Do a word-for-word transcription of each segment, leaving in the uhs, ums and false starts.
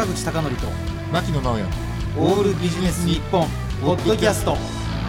坂口孝則と牧野直哉オールビジネス日本ポッドキャスト。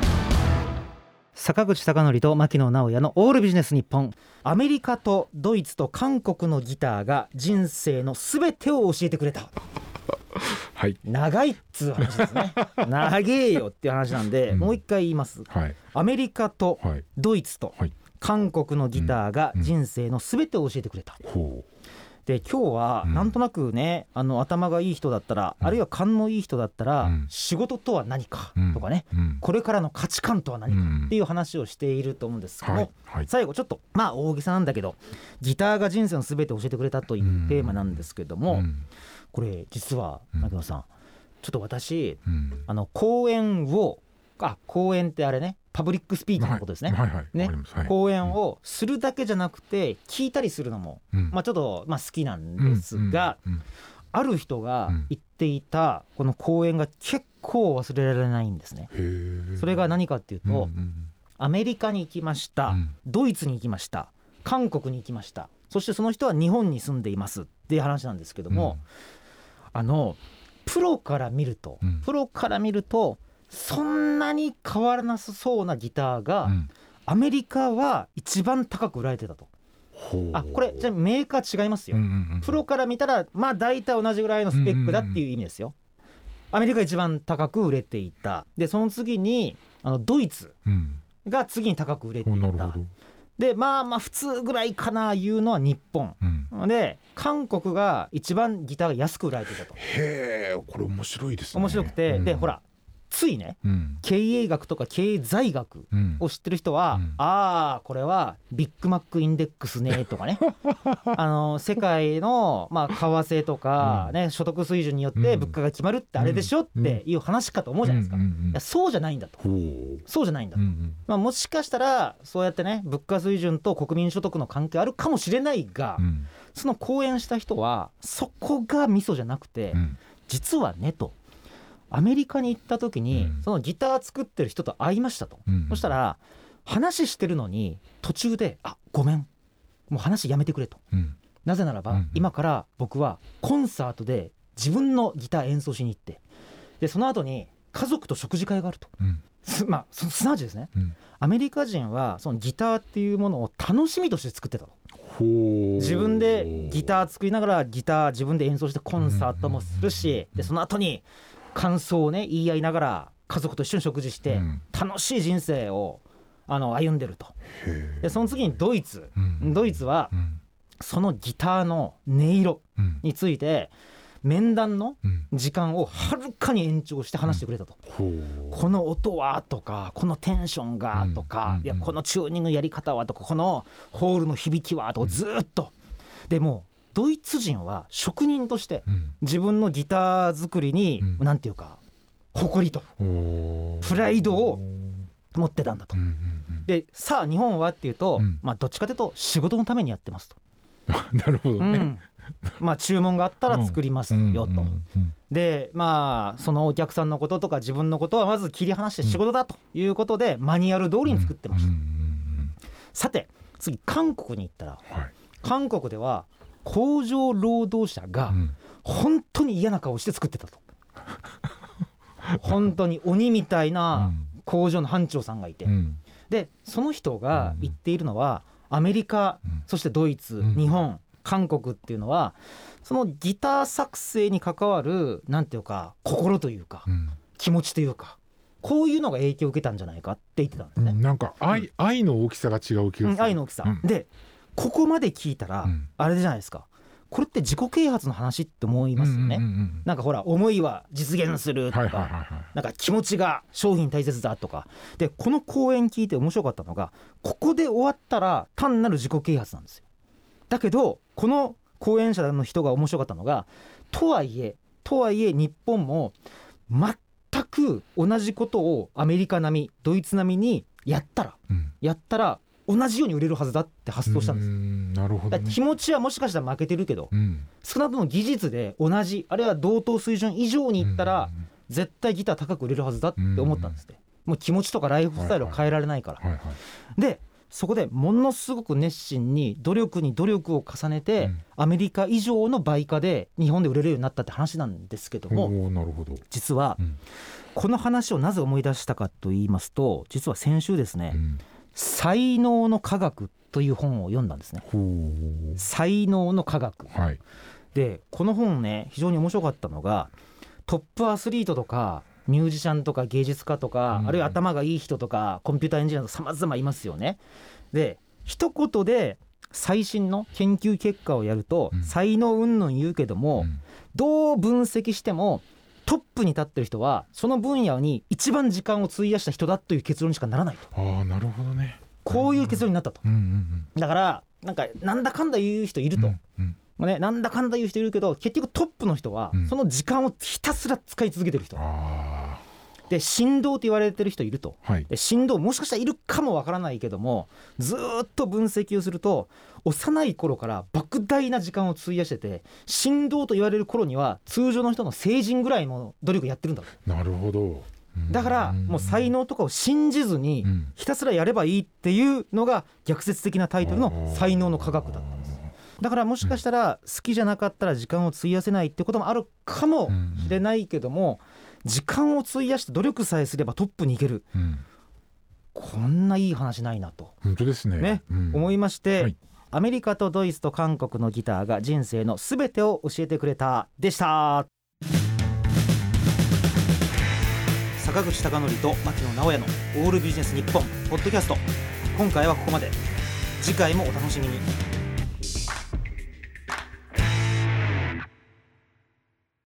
坂口孝則と牧野直哉のオールビジネス日本。アメリカとドイツと韓国のギターが人生のすべてを教えてくれたはい、 長いっつう話ですね長えよっていう話なんで、うん、もう一回言います、はい、アメリカとドイツと韓国のギターが人生のすべてを教えてくれた、うんうん、で今日はなんとなくね、あの頭がいい人だったら、うん、あるいは勘のいい人だったら、うん、仕事とは何かとかね、うん、これからの価値観とは何かっていう話をしていると思うんですけども、はいはい、最後ちょっとまあ大げさなんだけどギターが人生のすべてを教えてくれたというテーマなんですけども、うん、これ実は牧野さん、ちょっと私、うん、あの講演をあ講演ってあれねパブリックスピーキングのことですね、はいはいはいねはい、講演をするだけじゃなくて聞いたりするのも、うんまあ、ちょっと、まあ、好きなんですが、うんうんうん、ある人が言っていたこの講演が結構忘れられないんですね。それが何かっていうと、うんうん、アメリカに行きました、うん、ドイツに行きました、韓国に行きました、そしてその人は日本に住んでいますっていう話なんですけども、うん、あのプロから見ると、うん、プロから見るとそんなに変わらなさそうなギターが、うん、アメリカは一番高く売られてたと。あこれじゃメーカー違いますよ、うんうんうん、プロから見たらまあ大体同じぐらいのスペックだっていう意味ですよ、うんうんうん、アメリカが一番高く売れていた。でその次にあのドイツが次に高く売れていた、うん、でまあまあ普通ぐらいかないうのは日本、うん、で韓国が一番ギターが安く売られていたと。 へーこれ面白いですね。 面白くて、うん、でほらついね、うん、経営学とか経済学を知ってる人は、うん、ああこれはビッグマックインデックスねとかねあの世界の、まあ、為替とか、ねうん、所得水準によって物価が決まるってあれでしょっていう話かと思うじゃないですか、うんうんうん、いやそうじゃないんだと、そうじゃないんだと、うんうんまあ、もしかしたらそうやってね物価水準と国民所得の関係あるかもしれないが、うん、その講演した人はそこがミソじゃなくて、うん、実はねとアメリカに行った時に、うん、そのギター作ってる人と会いましたと、うん、そしたら話してるのに途中であごめんもう話やめてくれと、うん、なぜならば、うん、今から僕はコンサートで自分のギター演奏しに行ってでその後に家族と食事会があると、うんす, まあ、す, すなわちですね、うん、アメリカ人はそのギターっていうものを楽しみとして作ってたと。自分でギター作りながらギター自分で演奏してコンサートもするし、でその後に感想をね言い合いながら家族と一緒に食事して楽しい人生をあの歩んでると。でその次にドイツ、ドイツはそのギターの音色について面談の時間をはるかに延長して話してくれたと、この音はとかこのテンションがとか、いやこのチューニングやり方はとかこのホールの響きはとかずっとでもドイツ人は職人として自分のギター作りに何ていうか誇りとプライドを持ってたんだと。でさあ日本はっていうと、まあ、どっちかというと仕事のためにやってますとなるほどね、うんまあ、注文があったら作りますよと。でまあそのお客さんのこととか自分のことはまず切り離して仕事だということでマニュアル通りに作ってました。さて次韓国に行ったら、韓国では工場労働者が本当に嫌な顔して作ってたと本当に鬼みたいな工場の班長さんがいて、でその人が言っているのはアメリカそしてドイツ日本韓国っていうのはそのギター作成に関わるなんていうか心というか、うん、気持ちというかこういうのが影響を受けたんじゃないかって言ってたんですね、うん、 なんか 愛,、うん、愛の大きさが違う気がする、 うん、愛の大きさ、うん、でここまで聞いたら、うん、あれじゃないですかこれって自己啓発の話って思いますよね、うんうんうんうん、なんかほら思いは実現するとか、はいはいはいはい、なんか気持ちが商品大切だとかでこの講演聞いて面白かったのがここで終わったら単なる自己啓発なんですよ。だけどこの講演者の人が面白かったのがとはいえとはいえ日本も全く同じことをアメリカ並みドイツ並みにやったら、うん、やったら同じように売れるはずだって発想したんです。 うーんなるほどね、 だ気持ちはもしかしたら負けてるけど、うん、少なくとも技術で同じあるいは同等水準以上にいったら、うん、絶対ギター高く売れるはずだって思ったんですね、うん、もう気持ちとかライフスタイルを変えられないから、はいはいはいはい、でそこでものすごく熱心に努力に努力を重ねて、うん、アメリカ以上の倍価で日本で売れるようになったって話なんですけども、 なるほど。 実は、うん、この話をなぜ思い出したかと言いますと、実は先週ですね、うん、才能の科学という本を読んだんですね。才能の科学、はい、でこの本ね非常に面白かったのが、トップアスリートとかミュージシャンとか芸術家とか、うん、あるいは頭がいい人とかコンピューターエンジニアとか様々いますよね。で一言で最新の研究結果をやると、うん、才能云々言うけども、うん、どう分析してもトップに立ってる人はその分野に一番時間を費やした人だという結論にしかならないと。 ああ、なるほどね。 こういう結論になったと、 うんうんうん、 だからなんかなんだかんだ言う人いると、うんうんまあね、なんだかんだ言う人いるけど結局トップの人はその時間をひたすら使い続けてる人、うん、で振動と言われてる人いると、はい、で振動もしかしたらいるかもわからないけども、ずっと分析をすると幼い頃から莫大な時間を費やしてて、振動と言われる頃には通常の人の成人ぐらいの努力やってるんだと。 なるほど。 だからもう才能とかを信じずにひたすらやればいいっていうのが逆説的なタイトルの才能の科学だったんです。だからもしかしたら好きじゃなかったら時間を費やせないってこともあるかもしれないけども、時間を費やして努力さえすればトップに行ける、うん、こんないい話ないなと本当ですね、 ね、うん、思いまして、はい、アメリカとドイツと韓国のギターが人生のすべてを教えてくれたでした。坂口孝則と牧野直哉のオールビジネス日本ポッドキャスト、今回はここまで。次回もお楽しみに。